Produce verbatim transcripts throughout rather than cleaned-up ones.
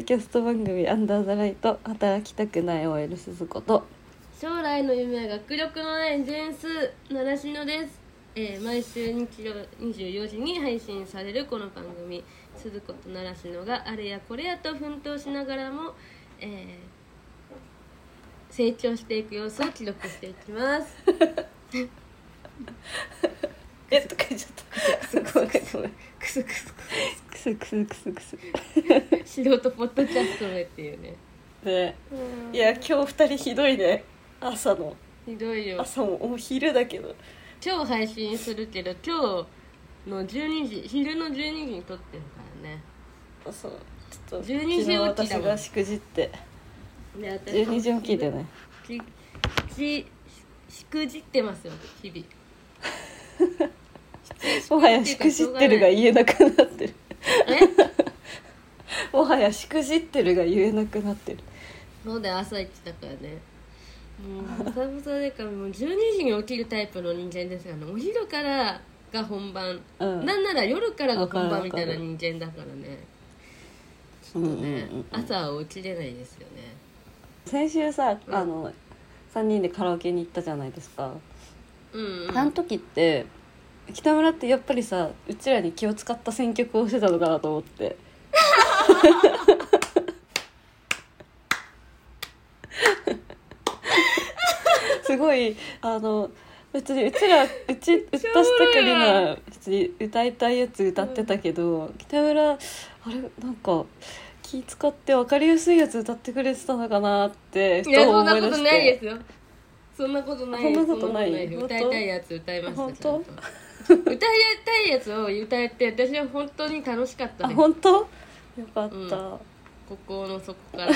キャスト番組アンダーザライト、働きたくない オーエル 鈴子と将来の夢は学力のないジェンス習志野です。えー、毎週日曜にじゅうよじに配信されるこの番組、鈴子と習志野があれやこれやと奮闘しながらも、えー、成長していく様子を記録していきますえっとか言っちゃったごめんごめんクスクスクスクスクスクス素人ポッドキャストでっていうね。 ね、いや今日二人ひどいね。朝のひどいよ。 朝もお昼だけど今日配信するけど今日のじゅうにじ昼のじゅうにじに撮ってるからね。 そうちょっとじゅうにじ起きだもん。 昨日私がしくじってで私じゅうにじ起きでねしししくじってますよ日々 もはやしくじってるが言えなくなってるもはやしくじってるが言えなくなってる。 そうだよ、朝一だからね。もうボサボサでからもうじゅうにじに起きるタイプの人間ですからね。お昼からが本番、うん、なんなら夜からが本番みたいな人間だからね。ちょっとね、うんうんうん、朝は起きれないですよね。 先週さ、うん、あのさんにんでカラオケに行ったじゃないですか。うんうん、あの時って北村ってやっぱりさ、うちらに気を使った選曲をしてたのかなと思ってすごいあの別にうちらうち歌したくりな別に歌いたいやつ歌ってたけど、うん、北村あれなんか気使って分かりやすいやつ歌ってくれてたのかなっていやそんなことないですよ。そんなことないです。そんなことない。歌いたいやつ歌いました。本当歌いたいやつを歌えて私は本当に楽しかったです。 あ本当よかった、うん、 心の底から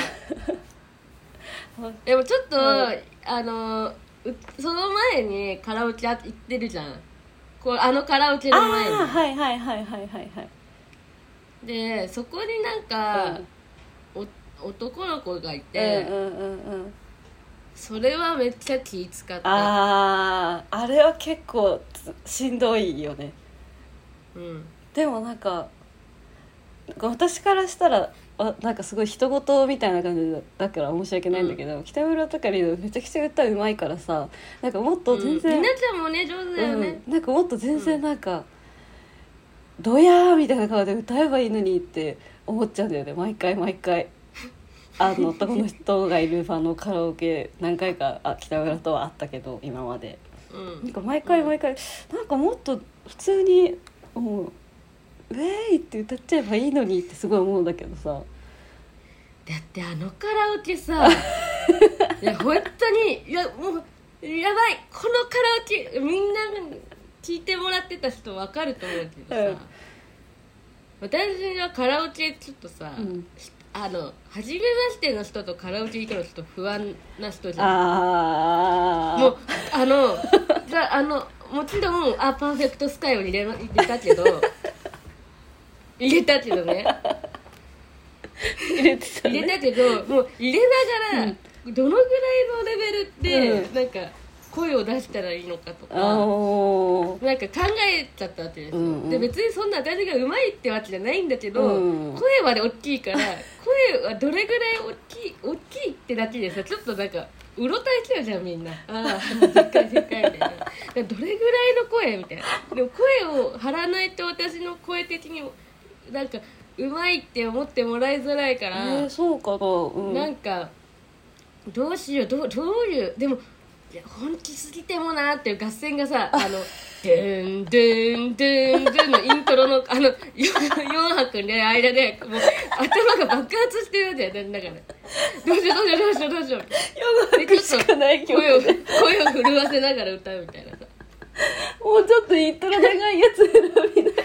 でもちょっと、はい、あのその前にカラオケ行ってるじゃん。こうあのカラオケの前にあはいはいはいはいはいはいでそこになんか、うん、お男の子がいて、うんうんうんうん、それはめっちゃ気使った。 ああれは結構しんどいよね、うん、でもなんか私からしたらなんかすごい人事みたいな感じだから申し訳ないんだけど、うん、北村とかりめちゃくちゃ歌うまいからさ、なんかもっと全然、 うん、りなちゃんもね上手だよね、 うん、なんかもっと全然なんか、うん、ドヤーみたいな顔で歌えばいいのにって思っちゃうんだよね毎回毎回あの男の人がいるファンのカラオケ何回かあ北村とはあったけど今まで、うん、なんか毎回毎回、うん、なんかもっと普通にもうウェーイって歌っちゃえばいいのにってすごい思うんだけどさ。 だってあのカラオケさいや本当にいやもうやばいこのカラオケみんな聞いてもらってた人分かると思うけどさ、うん、私はカラオケちょっとさ、うん、あの初めましての人とカラオケ行くのちょっと不安な人じゃん。あもうあのじゃあのもちろんあパーフェクトスカイを入れ、入れたけど入れたけどね入れてたね入れたけどもう入れながら、うん、どのぐらいのレベルで、うん、なんか声を出したらいいのかとかなんか考えちゃったわけですよ、うんうん、で別にそんな私がうまいってわけじゃないんだけど、うん、声まで大きいから声はどれぐらい大きい大きいってだけでさちょっとなんかうろたえちゃうじゃんみんな。ああでっかいでっかいみたいなどれぐらいの声みたいな。でも声を張らないと私の声的にもなんかうまいって思ってもらいづらいから、 えー、そうかな、うん、 なんかどうしよう ど, どういうでもいや本気すぎてもなっていう合戦がさあのデンデンデンデンのイントロのあのよんはくで間でもう頭が爆発してるんだよね。だからどうしようどうしようどうしようどうしようよんはくしかない曲声を声を震わせながら歌うみたいなさもうちょっとイントロ長いやつ選びないそうそうイントロが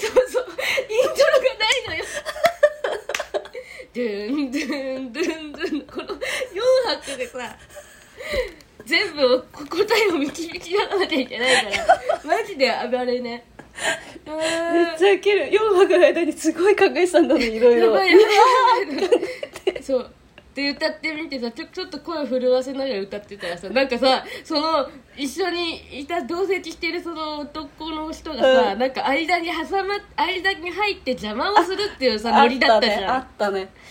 ないのよデンデンデンデンこのよんはくでさ全部答えを導き出さなきゃいけないからマジであれねめっちゃウケる。よんはくの間にすごい考えてたんだねいろいろ。やばいやばいそうで歌ってみてさちょ、ちょっと声を震わせながら歌ってたらさなんかさその一緒にいた同席してるその男の人がさ、うん、なんか間に挟ま間に入って邪魔をするっていうさノリだったじゃん。 あったね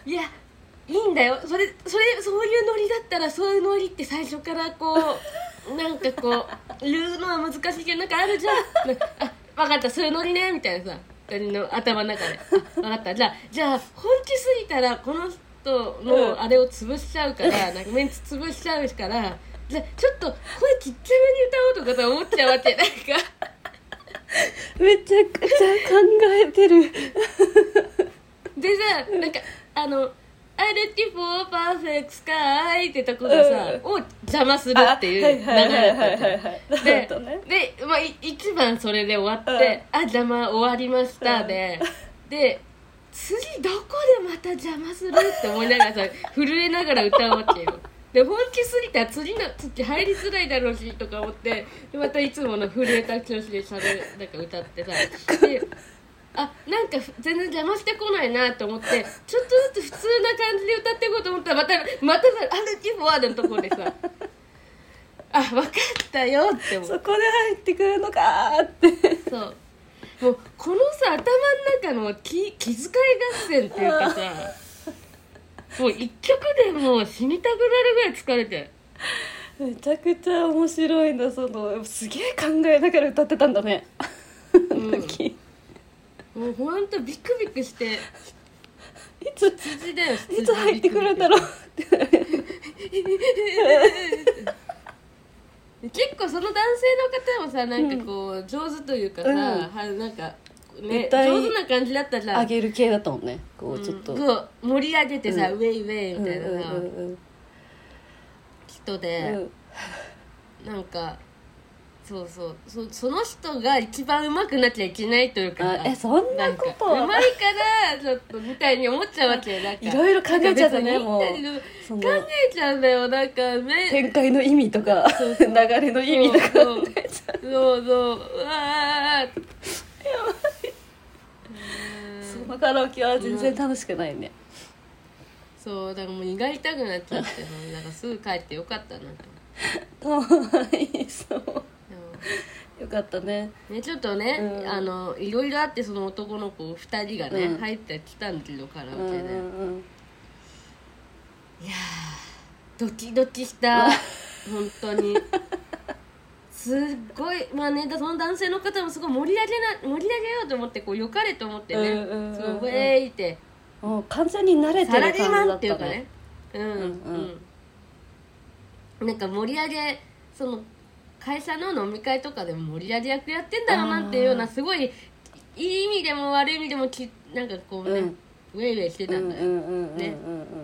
いやいいんだよそれそれそういうノリだったらそういうノリって最初からこうなんかこう言うのは難しいけどなんかあるじゃんあ分かったそういうノリねみたいなさの頭の中であ分かったじゃあじゃあ本気すぎたらこの人のあれを潰しちゃうから、うん、なんかメンツ潰しちゃうからじゃあちょっと声ちっちゃめに歌おうとかと思っちゃうわけなんかめちゃくちゃ考えてるでさなんかあのアルティフォーパーフェクスかーいってところさ、うん、を邪魔するっていう流れだったで、で、まあ、一番それで終わって、うん、あ邪魔終わりましたで、うん、で次どこでまた邪魔するって思いながらさ震えながら歌うわけよで本気すぎたら次の月入りづらいだろうしとか思ってでまたいつもの震えた調子でしゃべなんか歌ってさであなんか全然邪魔してこないなと思ってちょっとずつ普通な感じで歌っていこうと思ったらまたまたアルティフォワードのところでさあ分かったよって思うそこで入ってくるのかーってそうもうこのさ頭の中の気気遣い合戦っていうかさもう一曲でもう死にたくなるぐらい疲れてめちゃくちゃ面白いんだそのすげえ考えながら歌ってたんだね、 うん、もうほんとビクビクしていつ羊だよいつ入ってくるんだろうって結構その男性の方もさなんかこう、うん、上手というかさ、うん、なんかね上手な感じだったじゃん上げる系だったもんねこうちょっと、 うん、こう盛り上げてさ、うん、ウェイウェイみたいなさ、うんうんうん、人で、うん、なんかそうそう そ, その人が一番上手くなっちゃいけないというかえそんなこと上手いからちょっとみたいに思っちゃうわけなんかいろいろ考えちゃうねもう考えちゃうんだよなんかね展開の意味とかそうそう流れの意味とかそうそうそううわーそのカラオケは全然楽しくないね、 うん、そうだからもう胃が痛くなっちゃってなんかすぐ帰ってよかったなとかわいそうよかったねねちょっとね、うん、あのいろいろあってその男の子ふたりがね、うん、入ってきたんだけどカラオケで、うんうんうん、いやードキドキした本当にすっごいまあねその男性の方もすごい盛り上げな盛り上げようと思ってこうよかれと思ってね、うんうんうん、そうウェーイってもう完全に慣れてる感じだったねサラリーマンっていうかねうんうん、うん、なんか盛り上げその会社の飲み会とかでも盛り上げ役やってんだろうなっていうようなすごいいい意味でも悪い意味でもきなんかこうね、うん、ウェイウェイしてたんだよね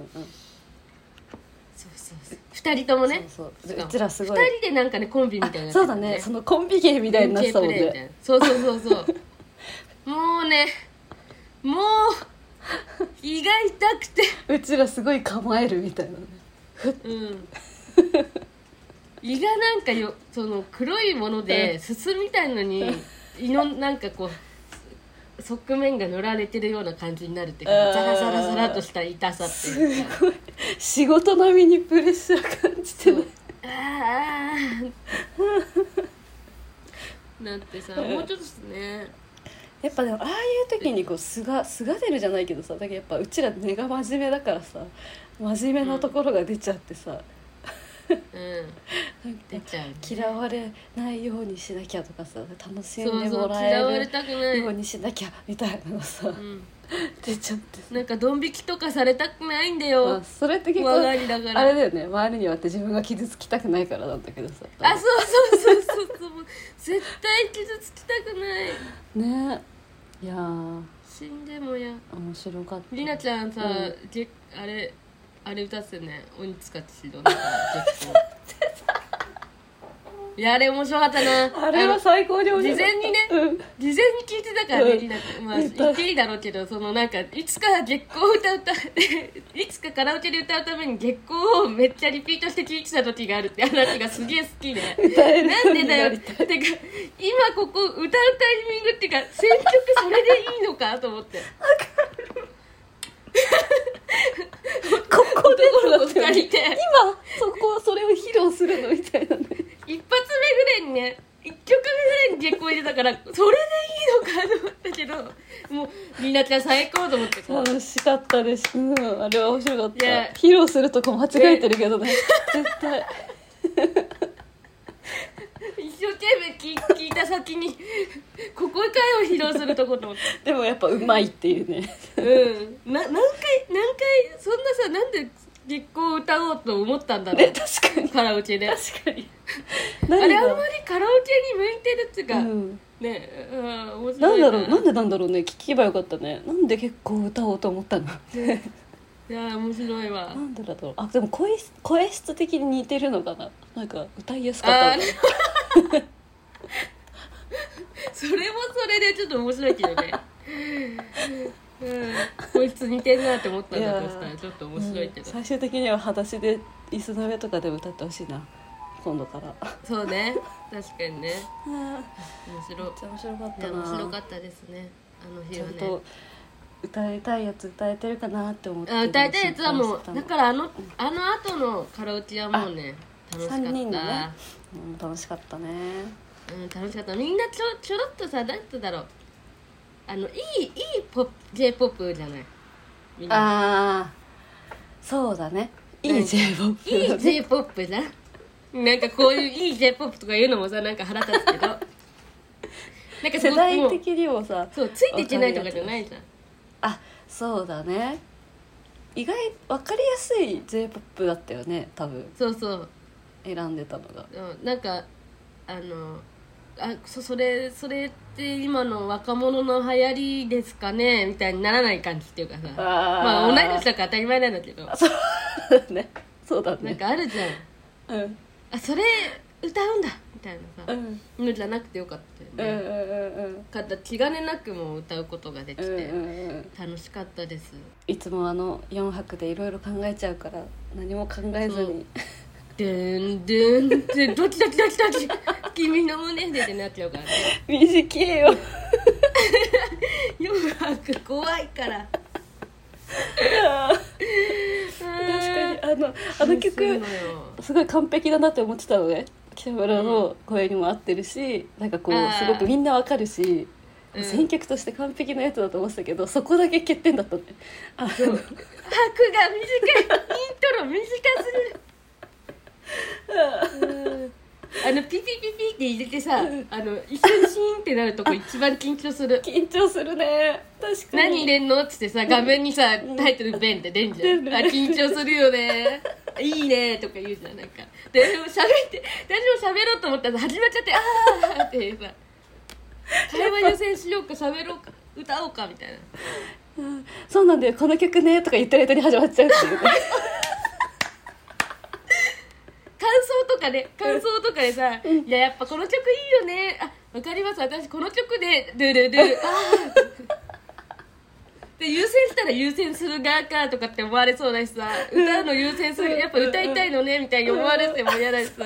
そうそうそうふたりともねそうそううちらすごいふたりでなんかねコンビみたいな、ね、 そうだねそのコンビ芸みたいになってたもんねそうそうそうそうもうねもう胃が痛くてうちらすごい構えるみたいなねうん胃がなんかよその黒いものですすみたいのに胃のなんかこう側面が塗られてるような感じになるっていうかザラザラザラとした痛さっていうかすごい仕事並みにプレッシャー感じてるああなんてさもうちょっとですねやっぱでもああいう時にこう素が素が出るじゃないけどさだけどやっぱうちら根が真面目だからさ真面目なところが出ちゃってさ、うんうん、出ちゃう、ね、 嫌われないようにしなきゃとかさ楽しんでもらえるようにしなきゃみたいなのさ、うん、出ちゃってなんかドン引きとかされたくないんだよ、まあ、それって結構あれだよね周りにはって自分が傷つきたくないからなんだけどさあそうそうそうそうそう絶対傷つきたくないねいや死んでもや面白かったりなちゃんさ、うん、あれあれ歌ってね鬼塚千尋の結構いやあれ面白かったなあれは最高に面白かった事前にね、うん、事前に聞いてたからね、りなちゃんまあ言っていいだろうけどそのなんかいつか月光を歌うたいつかカラオケで歌うために月光をめっちゃリピートして聞いてた時があるって話がすげえ好きでなんでだよってか今ここ歌うタイミングっていうか選曲それでいいのかと思ってここで男の子ふたりで今そこはそれを披露するのみたいなね一発目ぐらいにねいっきょくめぐらいに月光入れたからそれでいいのかと思ったけどもうりなちゃん最高と思ってこう楽しかったです、うん、あれは面白かった。 いや披露するとこ間違えてるけどね絶対一生懸命聞聞いた先にここかよ披露するとこと思ってでもやっぱうまいっていうねうんな何回何回そんなさなんで結婚歌おうと思ったんだろう、 ね、確かにカラオケで確かにあれあんまりカラオケに向いてるっていうか、 うんねえ、うん、面なん白いだろうなんでなんだろうね聞けばよかったね。なんで結構歌おうと思ったのいや面白いわ。 なんでだろう。あでも声声質的に似てるのかな。なんか歌いやすかったあそれもそれでちょっと面白いけどねうんこいつ似てんなって思ったんだとしたらちょっと面白いけど、 うん、最終的には裸足で椅子の上とかで歌ってほしいな今度からそうね確かにね面白い。めっちゃ面白かったな。 面白かったですねあの日はね。 ちゃんと歌いたいやつ歌えてるかなって思ってあ歌いたいやつはもうだからあの、 うん、 あの後のカラオケはもうね楽しかった。さんにんのね、 うん、楽しかったね。 うん楽しかった。みんなちょちょろっとさなんてだろうあのいいいいポップ J ポップじゃないみんな。 ああそうだねいい J ポップ、 いい J ポップじゃんなんかこういういい J ポップとか言うのもさなんか腹立つけどなんか世代的にもさそうついていけないとかじゃないじゃん。 あそうだね意外分かりやすい J ポップだったよね多分。 そうそう選んでたのが、 うん、なんかあのあ そ, それそれって今の若者の流行りですかねみたいにならない感じっていうかさ、あまあ同い年だから当たり前なんだけどそうだねそうだねなんかあるじゃん、うん、あそれ歌うんだみたいなさ、うん、のじゃなくてよかったよね、うんうんうん、かった気兼ねなくも歌うことができて、うんうんうん、楽しかったです。 いつもあのよんはくでいろいろ考えちゃうから何も考えずにドゥンドゥンってドキドキドキドキ君の胸でってなっちゃうからね短いよよんはく怖いから確かにあのあの曲すごい完璧だなって思ってたのね。北村の声にも合ってるし、うん、なんかこうすごくみんなわかるし、うん、選曲として完璧なやつだと思ってたけどそこだけ欠点だったね。あの拍が短いイントロ短すぎるうんあのピピピピって入れてさ、うん、あの一瞬シーンってなるとこ一番緊張する緊張するね。確かに何入れんのっつってさ画面にさ、うん、タイトルベンって出んじゃん、うん、あ緊張するよねいいねとか言うじゃん。なんかでも喋って私も喋ろうと思ったら始まっちゃってあーってさ会話優先しようか喋ろうか歌おうかみたいな、 うん、そうなんだよこの曲ねとか言ってる間に始まっちゃうっていうね感想とかで感想とかでさ、うん、いややっぱこの曲いいよねあわかります私この曲でドゥルドゥルあで優先したら優先する側かとかって思われそうだしさ歌うの優先するやっぱ歌いたいのねみたいに思われても嫌だしさ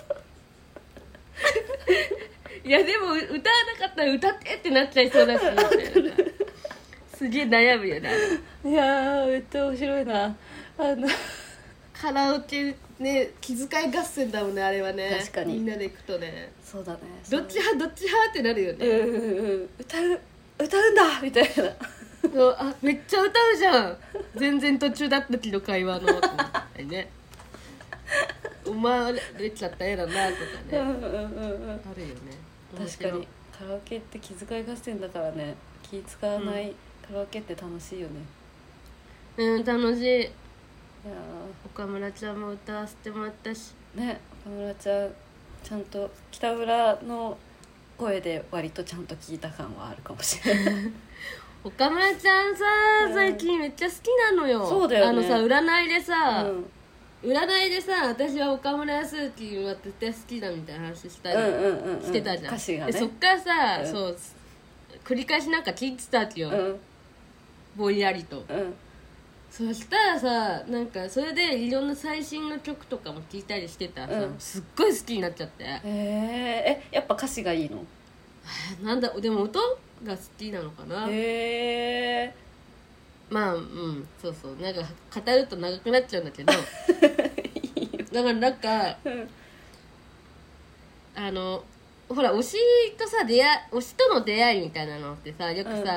いやでも歌わなかったら歌ってってなっちゃいそうだしみたいなすげえ悩むよね。 いやーめっちゃ面白いなあのカラオケね気遣い合戦だもんねあれはね。 確かにみんなで行くとねそうだねどっち派どっち派ってなるよね。 うんうんうん歌う歌うんだみたいなそうあめっちゃ歌うじゃん全然途中だったけど会話のと思ったりね思われちゃった絵だなとかね、うんうんうんうん、あるよね。 確かにカラオケって気遣い合戦だからね気使わないカラオケって楽しいよね。 うん楽しい。いや岡村ちゃんも歌わせてもらったしね。岡村ちゃんちゃんと北村の声で割とちゃんと聞いた感はあるかもしれない岡村ちゃんさ最近めっちゃ好きなのよ。 そうだよね。 あのさ占いでさ、 うん、 占いでさ私は岡村康之は絶対好きだみたいな話したり、うんうんうんうん、してたじゃん。歌詞がね、でそっからさ、うん、そう繰り返しなんか聞いてたわけよ、うん、ぼんやりと、うん、そしたらさなんかそれでいろんな最新の曲とかも聞いたりしてたらさ、うん、すっごい好きになっちゃって。へえやっぱ歌詞がいいの？ なんだでも音が好きなのかな。へえまあうんそうそうなんか語ると長くなっちゃうんだけどだからなんか、うん、あのほら推しとさ出会推しとの出会いみたいなのってさよくさ、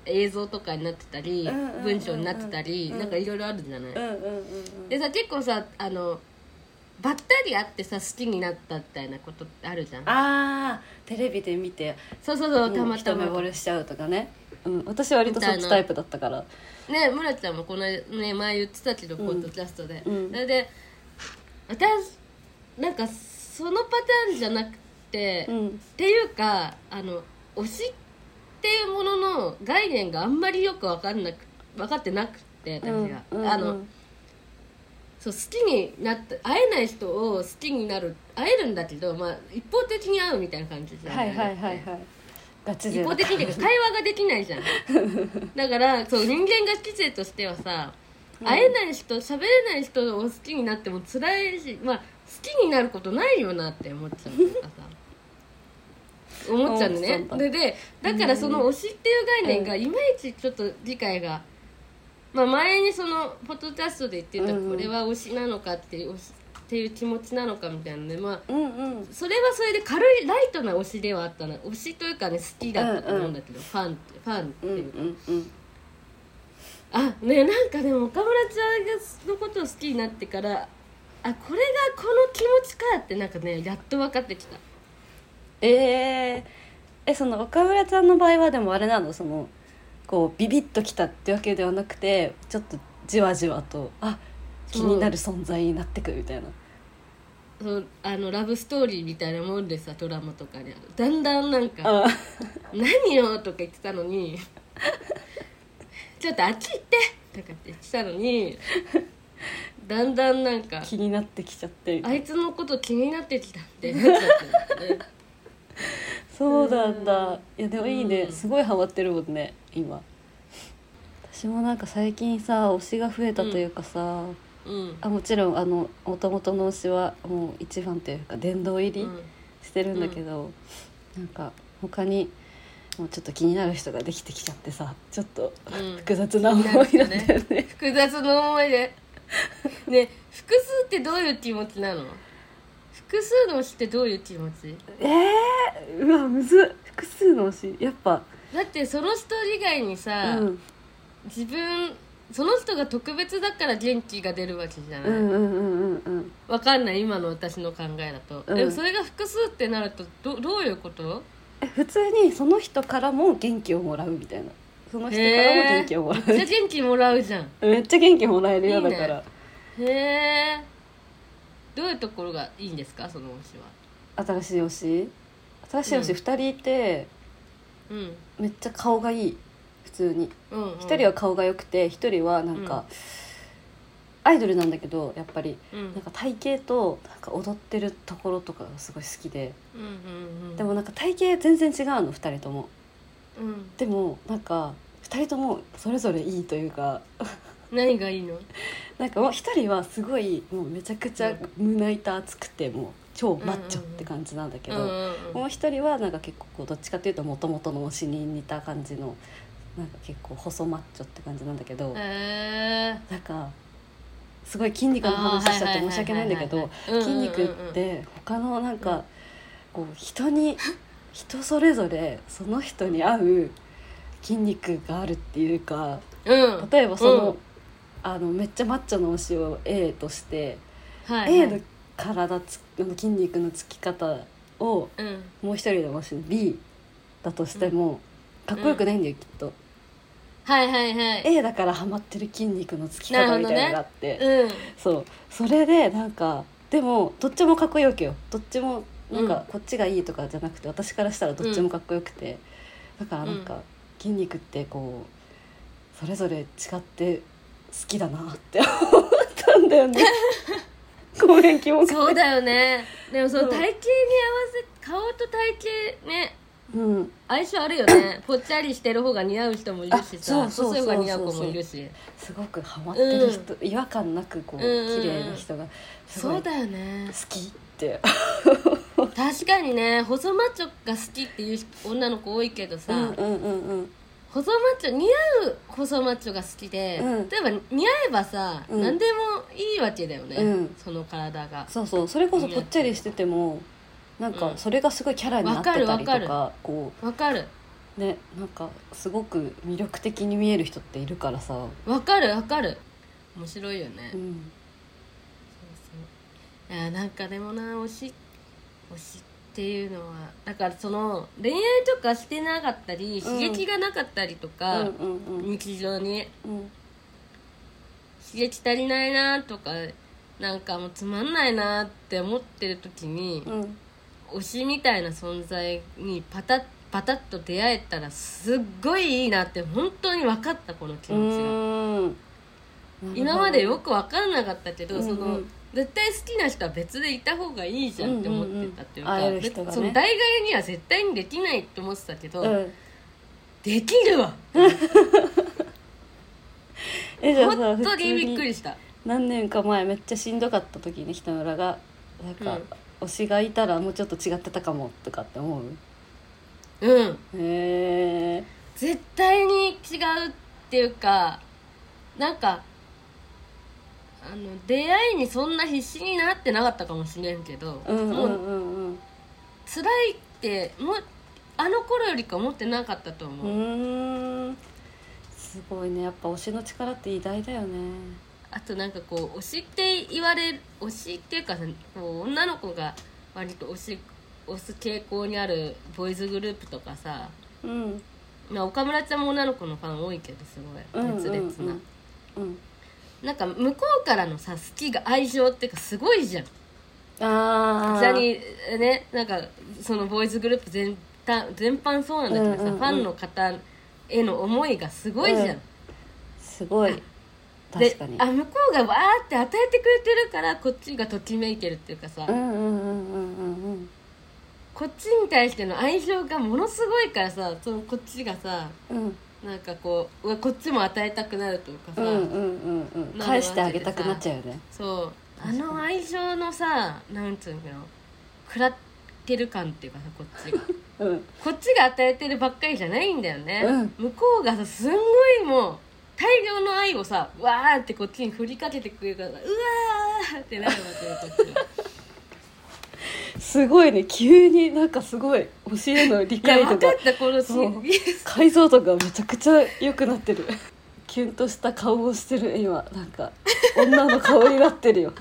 映像とかになってたり、 うんうんうんうん、 文章になってたり、 うん、 なんかいろいろあるじゃない、 うんうんうんうん、 でさ結構さあのばったり会ってさ好きになったみたいなことってあるじゃん。 あーテレビで見てそうそうそう、たまた一目ま惚れしちゃうとかね、うん、私は割とそっちタイプだったからね。村ちゃんもこのね前言ってたけど、ポッドキャストで、 うん、 それで私なんかそのパターンじゃなくて、うん、っていうかあの推しっていうものの概念があんまりよく分かんなく分かってなくて、私が、うんうんうん、あのそう好きになった会えない人を好きになる会えるんだけど、まあ、一方的に会うみたいな感じじゃん、 はいはいはいはいガチ一方的に会話ができないじゃんだからそう人間が知性としてはさ、うん、会えない人喋れない人を好きになっても辛いし、まあ、好きになることないよなって思っちゃうとかさ思っちゃうね。ででだからその推しっていう概念がいまいちちょっと理解が、まあ、前にそのポッドキャストで言ってた、これは推しなのかっていう推しっていう気持ちなのかみたいなので、まあうんうん、それはそれで軽いライトな推しではあったな。推しというかね好きだったと思うんだけど、うんうん、ファンってファンっていうか、うんうんうん、あねなんかでも岡村ちゃんのことを好きになってからあこれがこの気持ちかってなんかねやっと分かってきた。 えー、えその岡村ちゃんの場合はでもあれなの、そのこうビビッときたってわけではなくてちょっとじわじわとあ気になる存在になってくるみたいな。 そうあのラブストーリーみたいなもんでさ、ドラマとかでだんだんなんか何よとか言ってたのにちょっとあっち行ってとかって言ってたのにだんだんなんか気になってきちゃってあいつのこと気になってきたってなっちゃってる、ね、 そうなんだ。いやでもいいね、すごいハマってるもんね今。私もなんか最近さ推しが増えたというかさ、うん、あもちろんあの元々の推しはもう一番というか殿堂入りしてるんだけど、うん、なんか他にもうちょっと気になる人ができてきちゃってさ、ちょっと複雑な思いなんだよね、うん、ね複雑な思いでね、複数ってどういう気持ちなの？複数の推しってどういう気持ち？ えー、うわむずっ。複数の推しやっぱだってその人以外にさ、うん、自分その人が特別だから元気が出るわけじゃない。うんうんうんうん。わかんない今の私の考えだと、うん、でもそれが複数ってなると ど, どういうこと？ え普通にその人からも元気をもらうみたいな。その人からも元気をもらう。 めっちゃ元気もらうじゃん。 めっちゃ元気もらえるよ。いいね、だから。 へえ。どういうところがいいんですかその推しは？新しい推し新しい推しふたりいて、うん、めっちゃ顔がいい。普通に、うんうん、ひとりは顔が良くてひとりはなんか、うん、アイドルなんだけどやっぱり、うん、なんか体型となんか踊ってるところとかがすごい好きで、うんうんうん、でもなんか体型全然違うのふたりとも、うん、でもなんかふたりともそれぞれいいというか何がいいの？ なんかもうひとりはすごいもうめちゃくちゃ胸板厚くてもう超マッチョって感じなんだけど、うんうんうん、もう一人はなんか結構こうどっちかっていうと元々の推しに似た感じのなんか結構細マッチョって感じなんだけど、えー、なんかすごい筋肉の話しちゃって申し訳ないんだけど筋肉って他のなんかこう人に人それぞれその人に合う筋肉があるっていうか、うん、例えばその、うん、あのめっちゃマッチョの推しを A として、はいはい、A の体つ筋肉のつき方を、うん、もう一人の推しの B だとしても、うん、かっこよくないんだよ、うん、きっと。 はいはいはい、 A だからハマってる筋肉のつき方みたいなのがあって、ね、うん、そうそれでなんかでもどっちもかっこいいわけよ。どっちもなんかこっちがいいとかじゃなくて、私からしたらどっちもかっこよくて、だからなんか筋肉ってこうそれぞれ違って好きだなって思ったんだよねごめん気もそうだよね。でもその体型に合わせ顔と体型ね、うん、相性あるよねぽっちゃりしてる方が似合う人もいるしさ、細い方が似合う子もいるし、 すごくハマってる人、うん、違和感なくこう、うんうん、綺麗な人がすごいそうだよね好きって確かにね細マッチョが好きっていう女の子多いけどさ、うんうんうんうん、細マッチョ似合う細マッチョが好きで、うん、例えば似合えばさ、うん、何でもいいわけだよね、うん、その体がそうそうそれこそぽっちゃりしててもなんかそれがすごいキャラになってたりとか、 こうわかるね、なんかすごく魅力的に見える人っているからさ。 わかるわかる、面白いよね、 うん、 そうそう。いやなんかでもな、推し推しっていうのはだからその恋愛とかしてなかったり、刺激がなかったりとか、 うんうんうん、 日常に、 うん、 刺激足りないなとか、なんかもうつまんないなって思ってる時に、 うん、 推しみたいな存在にパタッパタッと出会えたらすっごいいいなって本当に分かった、この気持ちが。 うん今までよく分かんなかったけど、 うんうん、 その絶対好きな人は別でいた方がいいじゃんって思ってたっていうか、 うんうんうん、会える人がね、 その代替には絶対にできないって思ってたけど、 うん、 できるわえ、じゃあさ、 本当にびっくりした。 何年か前めっちゃしんどかった時に北村がなんか、うん、推しがいたらもうちょっと違ってたかもとかって思う？ うん、 へえ。 絶対に違うっていうか、なんかあの出会いにそんな必死になってなかったかもしれんけど、 うんうんうんうん、 もう辛いってもうあの頃よりか思ってなかったと思う。 うーん、すごいね、やっぱ推しの力って偉大だよね。 あとなんかこう推しって言われる、推しっていうかこう女の子が割と推し推す傾向にあるボーイズグループとかさ、 うん、 まあ、岡村ちゃんも女の子のファン多いけどすごい熱烈な、うんうんうん、なんか向こうからのさ好きが愛情っていうかすごいじゃん。 あジャニーね、なんかそのボーイズグループ 全, 全般そうなんだけどさ、うんうんうん、ファンの方への思いがすごいじゃん、うん、 すごい。確かに。 あ、向こうがわーって与えてくれてるからこっちがときめいてるっていうかさ、 うんうんうんうんうんうん、 こっちに対しての愛情がものすごいからさ、そのこっちがさ、 うん、 なんかこうこっちも与えたくなるというかさ、 うんうんうんうん、返してあげたくなっちゃうよね。 そう、あの愛情のさ、なんつうの食らってる感っていうかさ、こっちが、うん、こっちが与えてるばっかりじゃないんだよね、うん、向こうがさすんごいもう大量の愛をさわーってこっちに振りかけてくれるから、うわーってなるわけよ、こっちがすごいね、急になんかすごい教えの理解度が、 いや分かった、この解像度がめちゃくちゃ良くなってる。キュンとした顔をしてる今、なんか女の顔になってるよ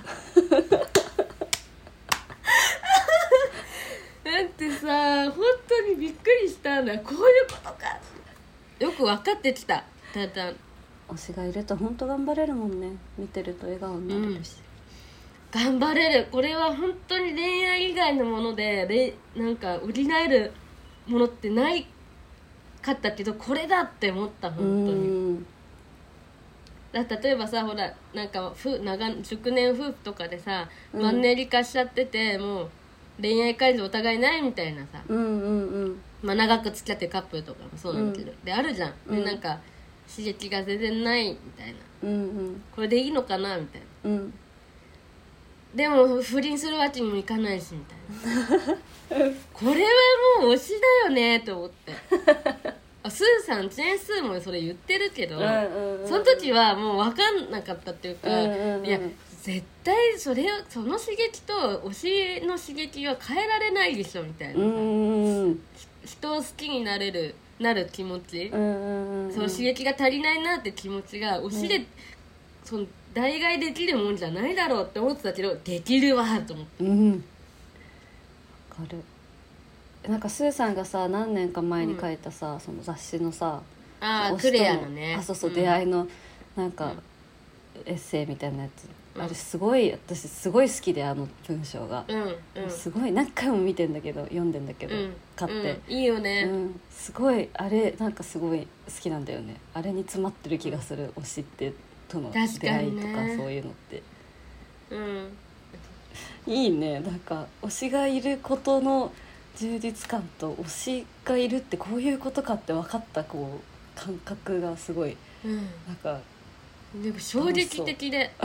なんてさ、本当にびっくりしたんだ、こういうことかよく分かってきた。だんだん推しがいると本当頑張れるもんね。見てると笑顔になれるし、 うん、頑張れる。これは本当に恋愛以外のものでなんか補えるものってないかったけど、これだって思った、本当に。だ例えばさ、ほらなんか長熟年夫婦とかでさ、マンネリ化しちゃってて、もう恋愛感情お互いないみたいなさ、 うんうんうん、 まあ、長く付き合ってるカップルとかもそうなんだけど、うん、であるじゃん、うん、でなんか刺激が全然ないみたいな、うんうん、これでいいのかなみたいな、うん、でも不倫するわけにもいかないしみたいなこれはもう推しだよねと思ってあ、スーさんチェーンスーもそれ言ってるけど、うんうんうん、その時はもう分かんなかったっていうか、うんうんうん、いや絶対それをその刺激と推しの刺激は変えられないでしょみたいな、うんうん、人を好きになれるなる気持ち、うんうんうん、その刺激が足りないなって気持ちが推しで、うん、その代替できるもんじゃないだろうって思ってたけど、できるわと思って、うん、分かる。なんかスーさんがさ何年か前に書いたさ、うん、その雑誌のさ、 あクレアのね、 あそうそう、うん、出会いのなんか、うん、エッセイみたいなやつ、あれすごい、私すごい好きで、あの文章が、うんうん、すごい何回も見てんだけど読んでんだけど、うん、買って、 うん、いいよね、 うん、すごいあれなんかすごい好きなんだよね。あれに詰まってる気がする、推しってとの出会いとかそういうのって、うん、いいね。なんか推しがいることの充実感と、推しがいるってこういうことかって分かったこう感覚がすごい、うん、なんかでも衝撃的でこ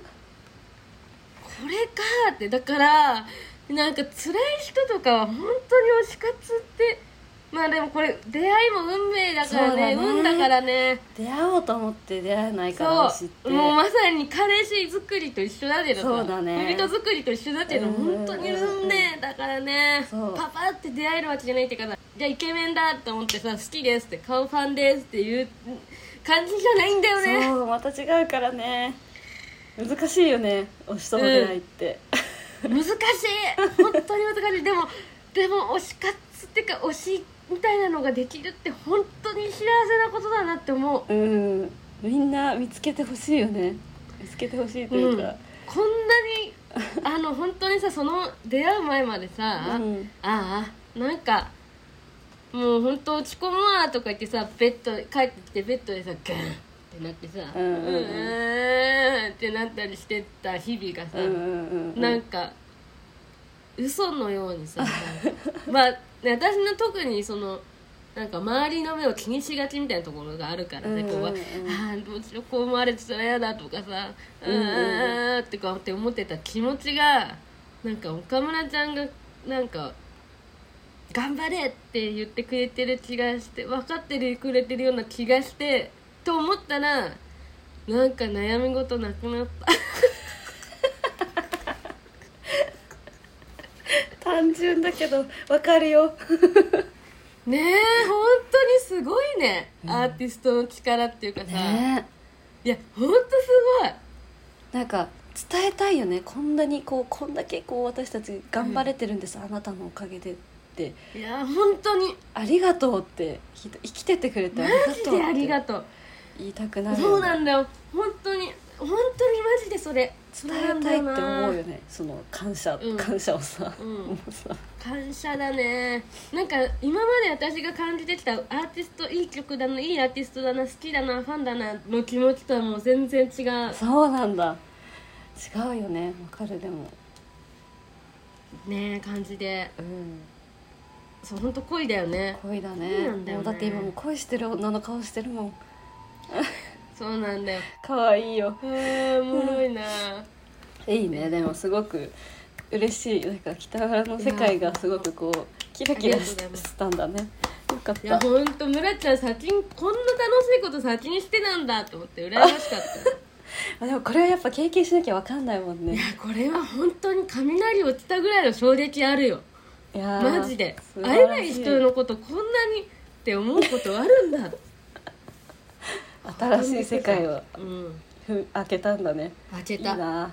れかって。だからなんか辛い人とかは本当に推し活って、まあでもこれ出会いも運命だから ね, だね運だからね、 出会おうと思って出会えないから推しって、 もうまさに彼氏作りと一緒だけどさ、 そうだね、 恋人作りと一緒だけど、本当に運命だからね、パパって出会えるわけじゃないっていうか、 じゃあイケメンだって思ってさ好きですって顔ファンですっていう感じじゃないんだよね。 そうまた違うからね難しいよね推しとの出会いって、 うん、難しい本当に難しいでもでも推し活っていうか推しみたいなのができるって本当に幸せなことだなって思う。 うんみんな見つけてほしいよね見つけてほしいというか、うん、 こんなにあの本当にさその出会う前までさ、うん、ああなんかもう本当落ち込むわとか言ってさベッド帰ってきてベッドでさガンってなってさうんうん、うん、ってなったりしてた日々がさ、うんうんうん、なんか嘘のようにさまあ私の特にそのなんか周りの目を気にしがちみたいなところがあるからね、うんうんうん、こうああどうしようこう思われてたら嫌だとかさうんうんうんってかって思ってた気持ちがなんか岡村ちゃんがなんか頑張れって言ってくれてる気がして分かってくれてるような気がしてと思ったらなんか悩み事なくなった単純だけど分かるよねえ本当にすごいね、うん、アーティストの力っていうかさ、ね、いや本当すごいなんか伝えたいよねこんなにこうこんだけこう私たち頑張れてるんです、うん、あなたのおかげでっていや本当にありがとうって生きててくれてありがとうってマジでありがとう言いたくなるよね。 そうなんだよ本当に本当にマジでそれ伝えたいって思うよねその感謝、うん、感謝をさ、うん、もうさ感謝だねなんか今まで私が感じてきたアーティストいい曲だないいアーティストだな好きだなファンだなの気持ちとはもう全然違う。 そうなんだ違うよねわかるでもねえ感じでうんそう本当恋だよね恋だねなんだよねもうだって今もう恋してる女の顔してるもんそうなんだよ可愛いよあーおもろいな、 うん、いいねでもすごく嬉しいなんか北原の世界がすごくこうキラキラしたんだねよかったいやほんと村ちゃん先にこんな楽しいこと先にしてたんだと思って羨ましかったでもこれはやっぱ経験しなきゃ分かんないもんね。 いやこれは本当に雷落ちたぐらいの衝撃あるよいやマジで会えない人のことこんなにって思うことあるんだ新しい世界を、うん、ふ開けたんだね開けたいいな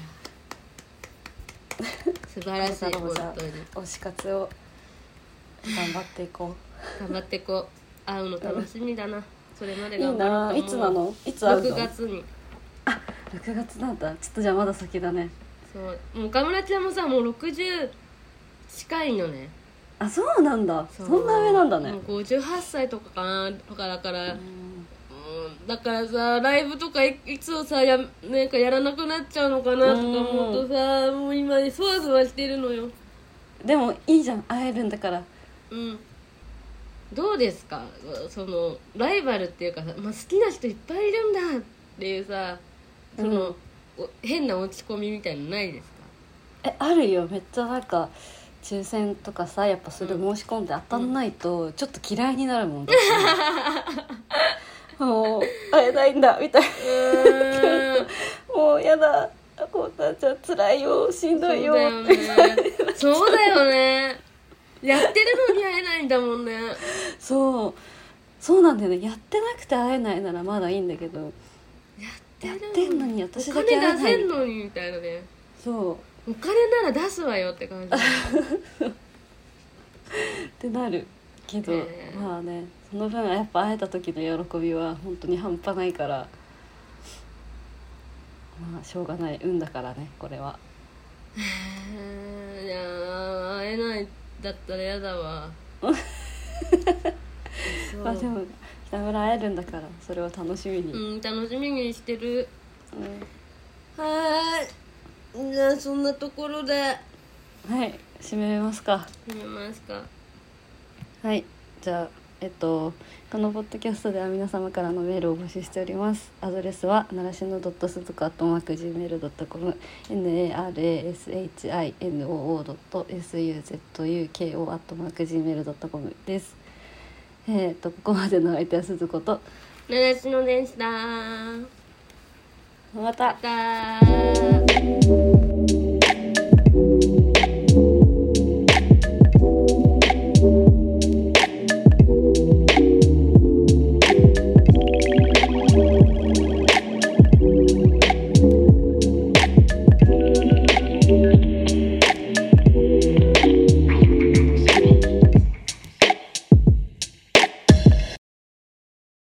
素晴らしい本当に推し活を頑張っていこう頑張っていこう会うの楽しみだなそれまで頑張ろうと思う。 いいないつなのいつ会うのろくがつにあろくがつなんだちょっとじゃあまだ先だねそうもう岡村ちゃんもさもうろくじゅう近いのねあそうなんだ そ, そんな上なんだねもうごじゅうはっさいとかかなとかだからだからさライブとか い, いつをさ や, なんかやらなくなっちゃうのかなとか思うとさもう今ねそわそわしてるのよ。 でもいいじゃん会えるんだからうんどうですかそのライバルっていうかさ、まあ、好きな人いっぱいいるんだっていうさその、うん、変な落ち込みみたいなのないですか？ えあるよめっちゃなんか抽選とかさやっぱそれ申し込んで当たんないとちょっと嫌いになるもんだもう会えないんだみたいなもうやだこんなじゃ辛いよしんどいよそうだよねやってるのに会えないんだもんねそうそうなんだよねやってなくて会えないならまだいいんだけどやってるやってんのに私だけ会えないお金出せんのにみたいなねそうお金なら出すわよって感じってなるけど、えー、まあねその分やっぱ会えた時の喜びは本当に半端ないからまあしょうがない運だからねこれは。 いや会えないだったら嫌だわまあでも北村会えるんだからそれを楽しみにうん楽しみにしてる、うん、はーいじゃあそんなところではい締めますか締めますかはいじゃあえっとこのポッドキャストでは皆様からのメールを募集しております。アドレスはならしの .suzuko アットマーク ジーメール ドットコム ナラシノ ドット スズコ アットマーク ジーメール ドットコム です。えっとここまでの相手は鈴子とならしのでした。 また。 また